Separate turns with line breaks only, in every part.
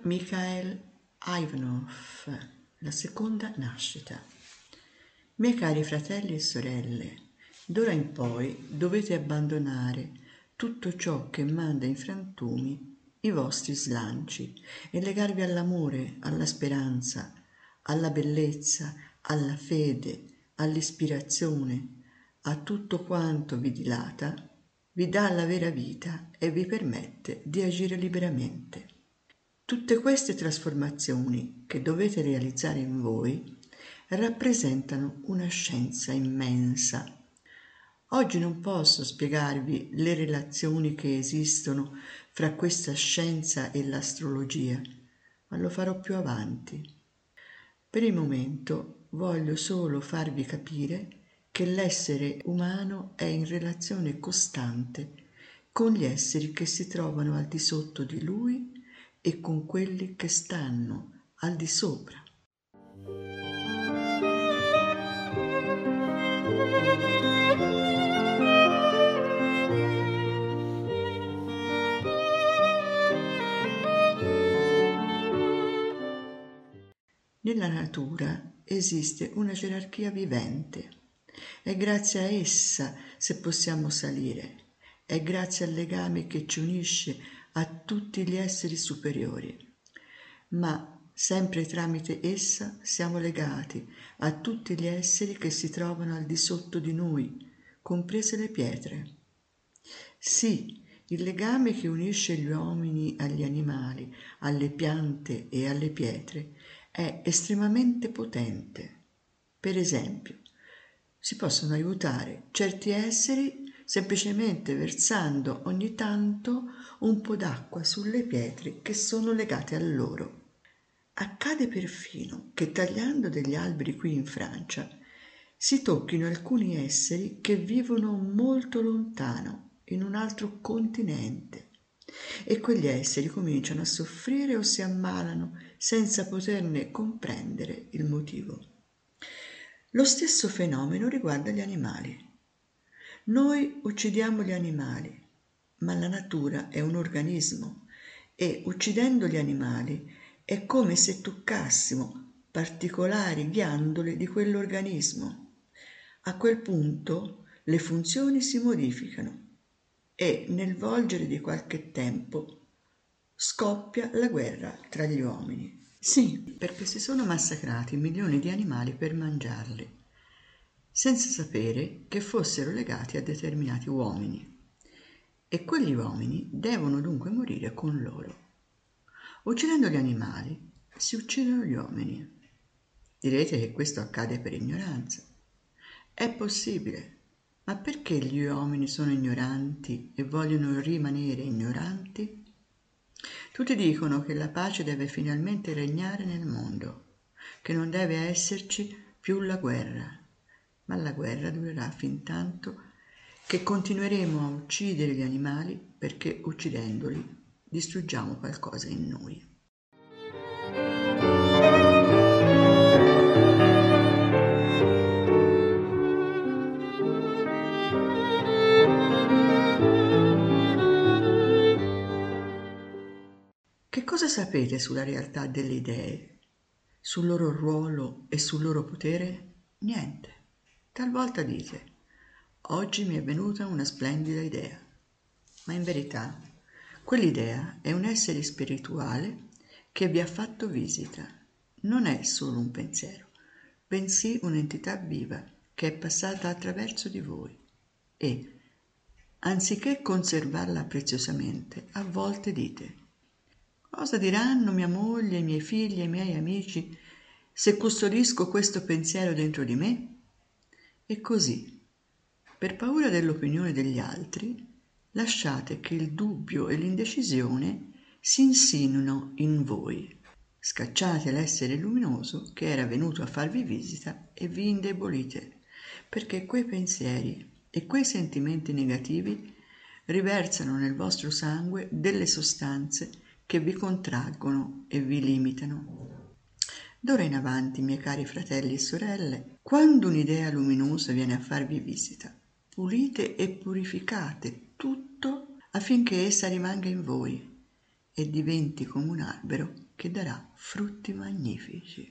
Mikhail Ivanov, la seconda nascita. Miei cari fratelli e sorelle, d'ora in poi dovete abbandonare tutto ciò che manda in frantumi i vostri slanci e legarvi all'amore, alla speranza, alla bellezza, alla fede, all'ispirazione, a tutto quanto vi dilata, vi dà la vera vita e vi permette di agire liberamente. Tutte queste trasformazioni che dovete realizzare in voi rappresentano una scienza immensa. Oggi non posso spiegarvi le relazioni che esistono fra questa scienza e l'astrologia, ma lo farò più avanti. Per il momento voglio solo farvi capire che l'essere umano è in relazione costante con gli esseri che si trovano al di sotto di lui e con quelli che stanno al di sopra. Nella natura esiste una gerarchia vivente. È grazie a essa se possiamo salire. È grazie al legame che ci unisce a tutti gli esseri superiori. Ma sempre tramite essa siamo legati a tutti gli esseri che si trovano al di sotto di noi, comprese le pietre. Sì, il legame che unisce gli uomini agli animali, alle piante e alle pietre è estremamente potente. Per esempio, si possono aiutare certi esseri semplicemente versando ogni tanto un po' d'acqua sulle pietre che sono legate a loro. Accade perfino che tagliando degli alberi qui in Francia si tocchino alcuni esseri che vivono molto lontano, in un altro continente, e quegli esseri cominciano a soffrire o si ammalano senza poterne comprendere il motivo. Lo stesso fenomeno riguarda gli animali. Noi uccidiamo gli animali, ma la natura è un organismo e uccidendo gli animali è come se toccassimo particolari ghiandole di quell'organismo. A quel punto le funzioni si modificano e nel volgere di qualche tempo scoppia la guerra tra gli uomini. Sì, perché si sono massacrati milioni di animali per mangiarli, senza sapere che fossero legati a determinati uomini. E quegli uomini devono dunque morire con loro. Uccidendo gli animali si uccidono gli uomini. Direte che questo accade per ignoranza. È possibile, ma perché gli uomini sono ignoranti e vogliono rimanere ignoranti? Tutti dicono che la pace deve finalmente regnare nel mondo, che non deve esserci più la guerra, ma la guerra durerà fin tanto che continueremo a uccidere gli animali perché uccidendoli distruggiamo qualcosa in noi. Che cosa sapete sulla realtà delle idee, sul loro ruolo e sul loro potere? Niente. Talvolta dite, oggi mi è venuta una splendida idea, ma in verità quell'idea è un essere spirituale che vi ha fatto visita. Non è solo un pensiero, bensì un'entità viva che è passata attraverso di voi e, anziché conservarla preziosamente, a volte dite cosa diranno mia moglie, i miei figli e i miei amici se custodisco questo pensiero dentro di me? E così, per paura dell'opinione degli altri, lasciate che il dubbio e l'indecisione si insinuino in voi. Scacciate l'essere luminoso che era venuto a farvi visita e vi indebolite, perché quei pensieri e quei sentimenti negativi riversano nel vostro sangue delle sostanze che vi contraggono e vi limitano. D'ora in avanti, miei cari fratelli e sorelle, quando un'idea luminosa viene a farvi visita, pulite e purificate tutto affinché essa rimanga in voi e diventi come un albero che darà frutti magnifici.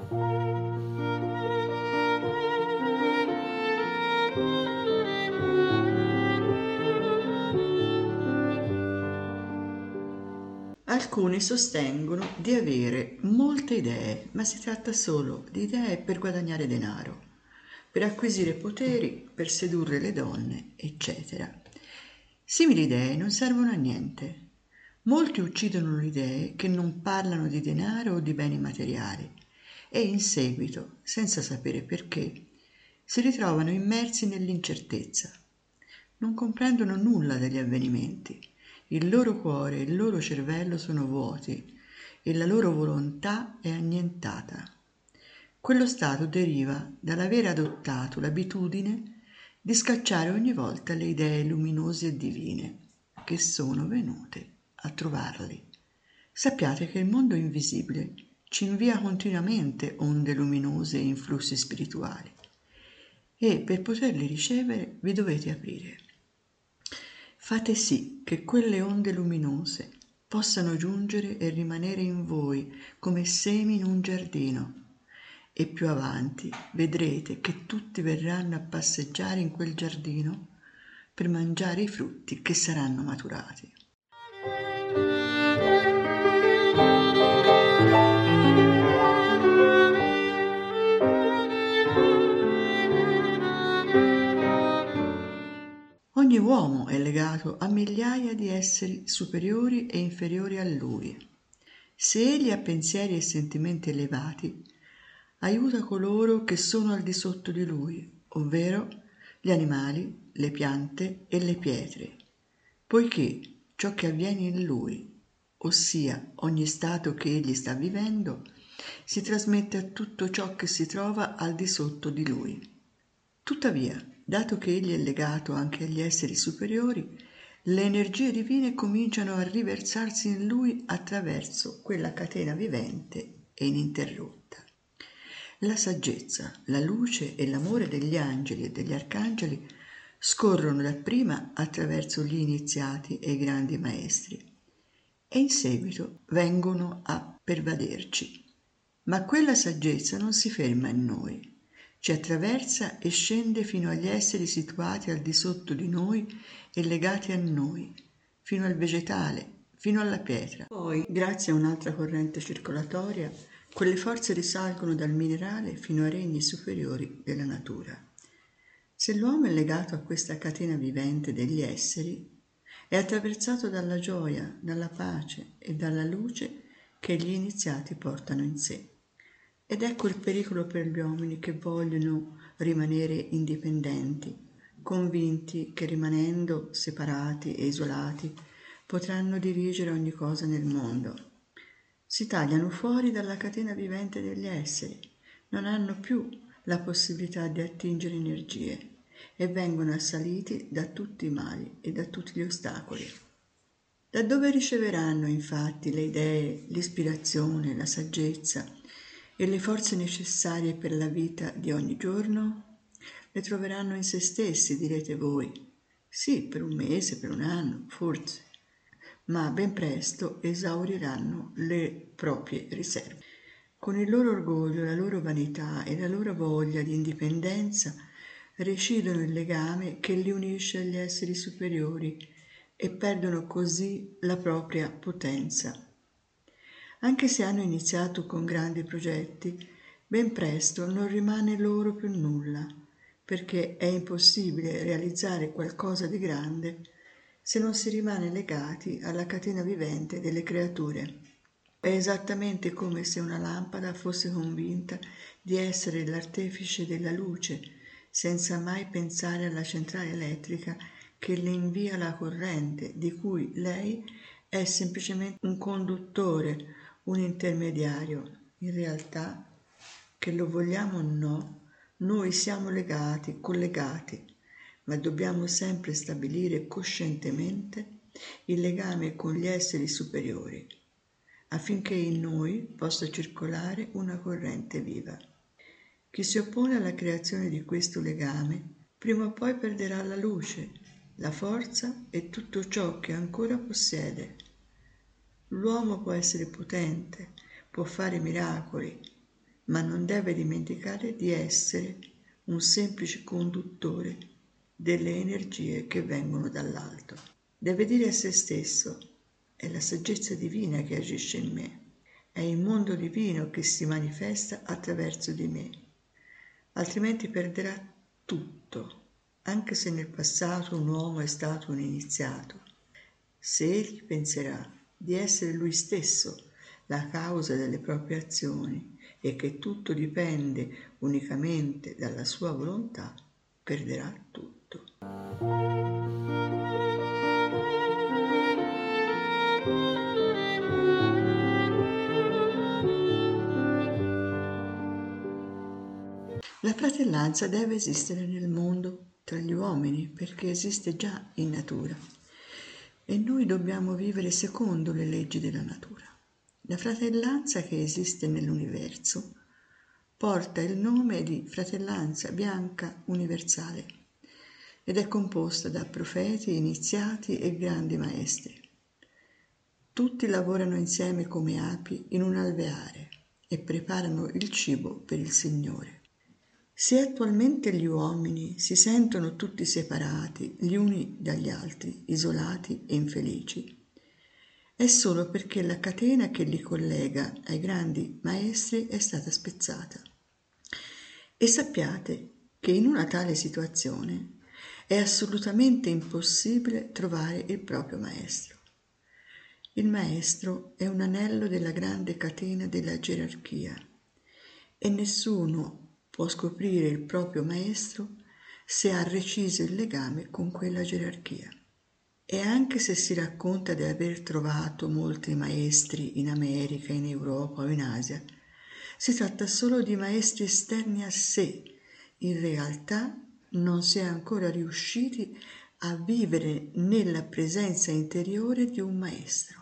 Alcuni sostengono di avere molte idee, ma si tratta solo di idee per guadagnare denaro, per acquisire poteri, per sedurre le donne, eccetera. Simili idee non servono a niente. Molti uccidono le idee che non parlano di denaro o di beni materiali e in seguito, senza sapere perché, si ritrovano immersi nell'incertezza. Non comprendono nulla degli avvenimenti. Il loro cuore e il loro cervello sono vuoti e la loro volontà è annientata. Quello stato deriva dall'aver adottato l'abitudine di scacciare ogni volta le idee luminose e divine che sono venute a trovarli. Sappiate che il mondo invisibile ci invia continuamente onde luminose e influssi spirituali e per poterli ricevere vi dovete aprire. Fate sì che quelle onde luminose possano giungere e rimanere in voi come semi in un giardino e più avanti vedrete che tutti verranno a passeggiare in quel giardino per mangiare i frutti che saranno maturati. Ogni uomo è legato a migliaia di esseri superiori e inferiori a lui. Se egli ha pensieri e sentimenti elevati, aiuta coloro che sono al di sotto di lui, ovvero gli animali, le piante e le pietre, poiché ciò che avviene in lui, ossia ogni stato che egli sta vivendo, si trasmette a tutto ciò che si trova al di sotto di lui. Tuttavia, dato che egli è legato anche agli esseri superiori, le energie divine cominciano a riversarsi in lui attraverso quella catena vivente e ininterrotta. La saggezza, la luce e l'amore degli angeli e degli arcangeli scorrono dapprima attraverso gli iniziati e i grandi maestri e in seguito vengono a pervaderci. Ma quella saggezza non si ferma in noi, ci attraversa e scende fino agli esseri situati al di sotto di noi e legati a noi, fino al vegetale, fino alla pietra. Poi, grazie a un'altra corrente circolatoria, quelle forze risalgono dal minerale fino ai regni superiori della natura. Se l'uomo è legato a questa catena vivente degli esseri, è attraversato dalla gioia, dalla pace e dalla luce che gli iniziati portano in sé. Ed ecco il pericolo per gli uomini che vogliono rimanere indipendenti, convinti che rimanendo separati e isolati potranno dirigere ogni cosa nel mondo. Si tagliano fuori dalla catena vivente degli esseri, non hanno più la possibilità di attingere energie e vengono assaliti da tutti i mali e da tutti gli ostacoli. Da dove riceveranno infatti le idee, l'ispirazione, la saggezza e le forze necessarie per la vita di ogni giorno? Le troveranno in se stessi, direte voi. Sì, per un mese, per un anno, forse, ma ben presto esauriranno le proprie riserve. Con il loro orgoglio, la loro vanità e la loro voglia di indipendenza recidono il legame che li unisce agli esseri superiori e perdono così la propria potenza. Anche se hanno iniziato con grandi progetti, ben presto non rimane loro più nulla, perché è impossibile realizzare qualcosa di grande se non si rimane legati alla catena vivente delle creature. È esattamente come se una lampada fosse convinta di essere l'artefice della luce, senza mai pensare alla centrale elettrica che le invia la corrente, di cui lei è semplicemente un conduttore, un intermediario. In realtà, che lo vogliamo o no, noi siamo legati, collegati, ma dobbiamo sempre stabilire coscientemente il legame con gli esseri superiori, affinché in noi possa circolare una corrente viva. Chi si oppone alla creazione di questo legame, prima o poi perderà la luce, la forza e tutto ciò che ancora possiede. L'uomo può essere potente, può fare miracoli, ma non deve dimenticare di essere un semplice conduttore delle energie che vengono dall'alto. Deve dire a se stesso: è la saggezza divina che agisce in me, è il mondo divino che si manifesta attraverso di me, altrimenti perderà tutto, anche se nel passato un uomo è stato un iniziato. Se egli penserà di essere lui stesso la causa delle proprie azioni e che tutto dipende unicamente dalla sua volontà, perderà tutto. La fratellanza deve esistere nel mondo tra gli uomini perché esiste già in natura e noi dobbiamo vivere secondo le leggi della natura. La fratellanza che esiste nell'universo porta il nome di fratellanza bianca universale ed è composta da profeti, iniziati e grandi maestri. Tutti lavorano insieme come api in un alveare e preparano il cibo per il Signore. Se attualmente gli uomini si sentono tutti separati gli uni dagli altri, isolati e infelici, è solo perché la catena che li collega ai grandi maestri è stata spezzata. E sappiate che in una tale situazione è assolutamente impossibile trovare il proprio maestro. Il maestro è un anello della grande catena della gerarchia e nessuno può scoprire il proprio maestro se ha reciso il legame con quella gerarchia. E anche se si racconta di aver trovato molti maestri in America, in Europa o in Asia, si tratta solo di maestri esterni a sé. In realtà non si è ancora riusciti a vivere nella presenza interiore di un maestro.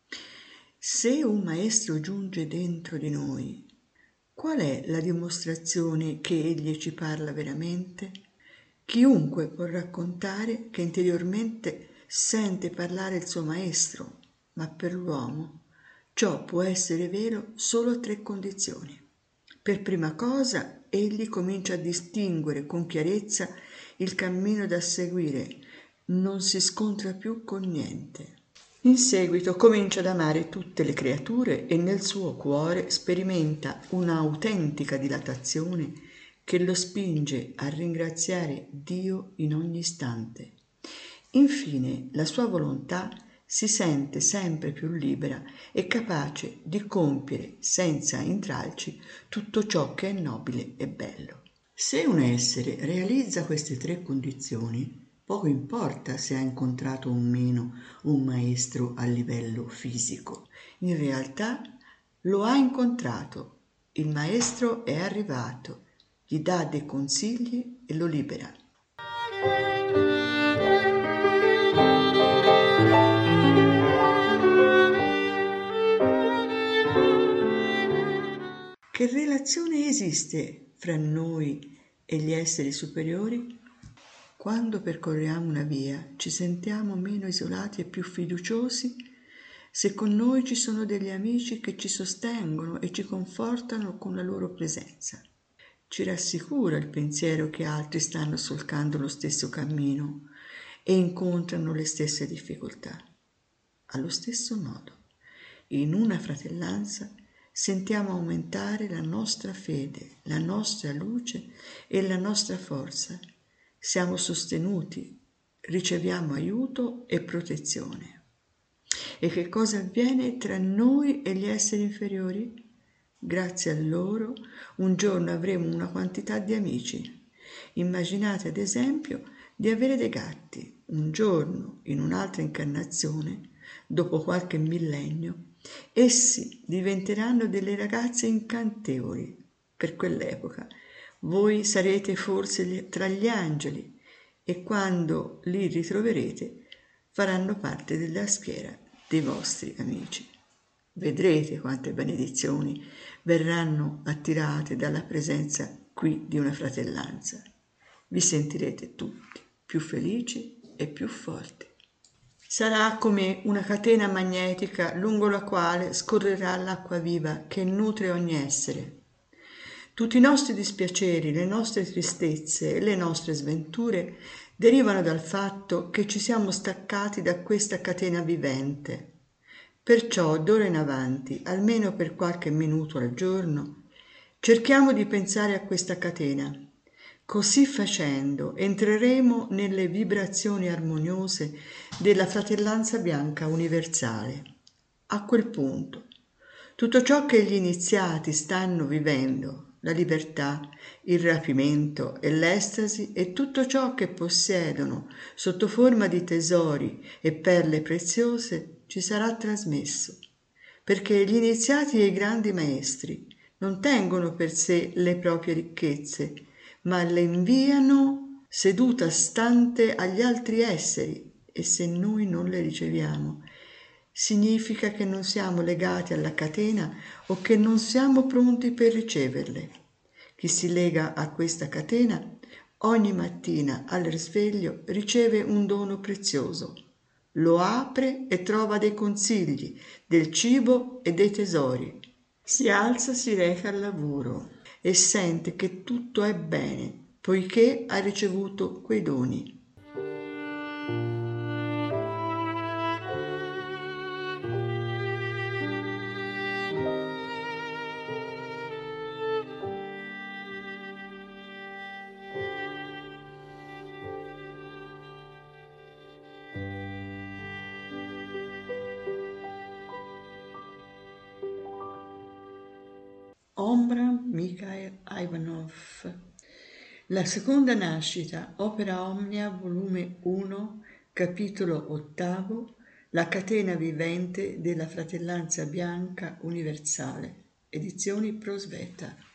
Se un maestro giunge dentro di noi, qual è la dimostrazione che egli ci parla veramente? Chiunque può raccontare che interiormente sente parlare il suo maestro, ma per l'uomo ciò può essere vero solo a 3 condizioni. Per prima cosa, egli comincia a distinguere con chiarezza il cammino da seguire, non si scontra più con niente. In seguito comincia ad amare tutte le creature e nel suo cuore sperimenta un'autentica dilatazione che lo spinge a ringraziare Dio in ogni istante. Infine, la sua volontà si sente sempre più libera e capace di compiere senza intralci tutto ciò che è nobile e bello. Se un essere realizza queste 3 condizioni, poco importa se ha incontrato o meno un maestro a livello fisico. In realtà lo ha incontrato, il maestro è arrivato, gli dà dei consigli e lo libera. Che relazione esiste fra noi e gli esseri superiori? Quando percorriamo una via ci sentiamo meno isolati e più fiduciosi se con noi ci sono degli amici che ci sostengono e ci confortano con la loro presenza. Ci rassicura il pensiero che altri stanno solcando lo stesso cammino e incontrano le stesse difficoltà. Allo stesso modo, in una fratellanza sentiamo aumentare la nostra fede, la nostra luce e la nostra forza. Siamo sostenuti, riceviamo aiuto e protezione. E che cosa avviene tra noi e gli esseri inferiori? Grazie a loro un giorno avremo una quantità di amici. Immaginate ad esempio di avere dei gatti. Un giorno, in un'altra incarnazione, dopo qualche millennio, essi diventeranno delle ragazze incantevoli. Per quell'epoca voi sarete forse tra gli angeli e quando li ritroverete faranno parte della schiera dei vostri amici. Vedrete quante benedizioni verranno attirate dalla presenza qui di una fratellanza. Vi sentirete tutti più felici e più forti. Sarà come una catena magnetica lungo la quale scorrerà l'acqua viva che nutre ogni essere. Tutti i nostri dispiaceri, le nostre tristezze e le nostre sventure derivano dal fatto che ci siamo staccati da questa catena vivente. Perciò, d'ora in avanti, almeno per qualche minuto al giorno, cerchiamo di pensare a questa catena. Così facendo entreremo nelle vibrazioni armoniose della fratellanza bianca universale. A quel punto, tutto ciò che gli iniziati stanno vivendo, la libertà, il rapimento e l'estasi e tutto ciò che possiedono sotto forma di tesori e perle preziose ci sarà trasmesso, perché gli iniziati e i grandi maestri non tengono per sé le proprie ricchezze, ma le inviano seduta stante agli altri esseri, e se noi non le riceviamo, significa che non siamo legati alla catena o che non siamo pronti per riceverle. Chi si lega a questa catena ogni mattina al risveglio riceve un dono prezioso. Lo apre e trova dei consigli, del cibo e dei tesori. Si alza, si reca al lavoro e sente che tutto è bene, poiché ha ricevuto quei doni. Ombra Mikhail Ivanov. La seconda nascita, Opera Omnia, volume 1, capitolo 8, La catena vivente della fratellanza bianca universale, edizioni Prosveta.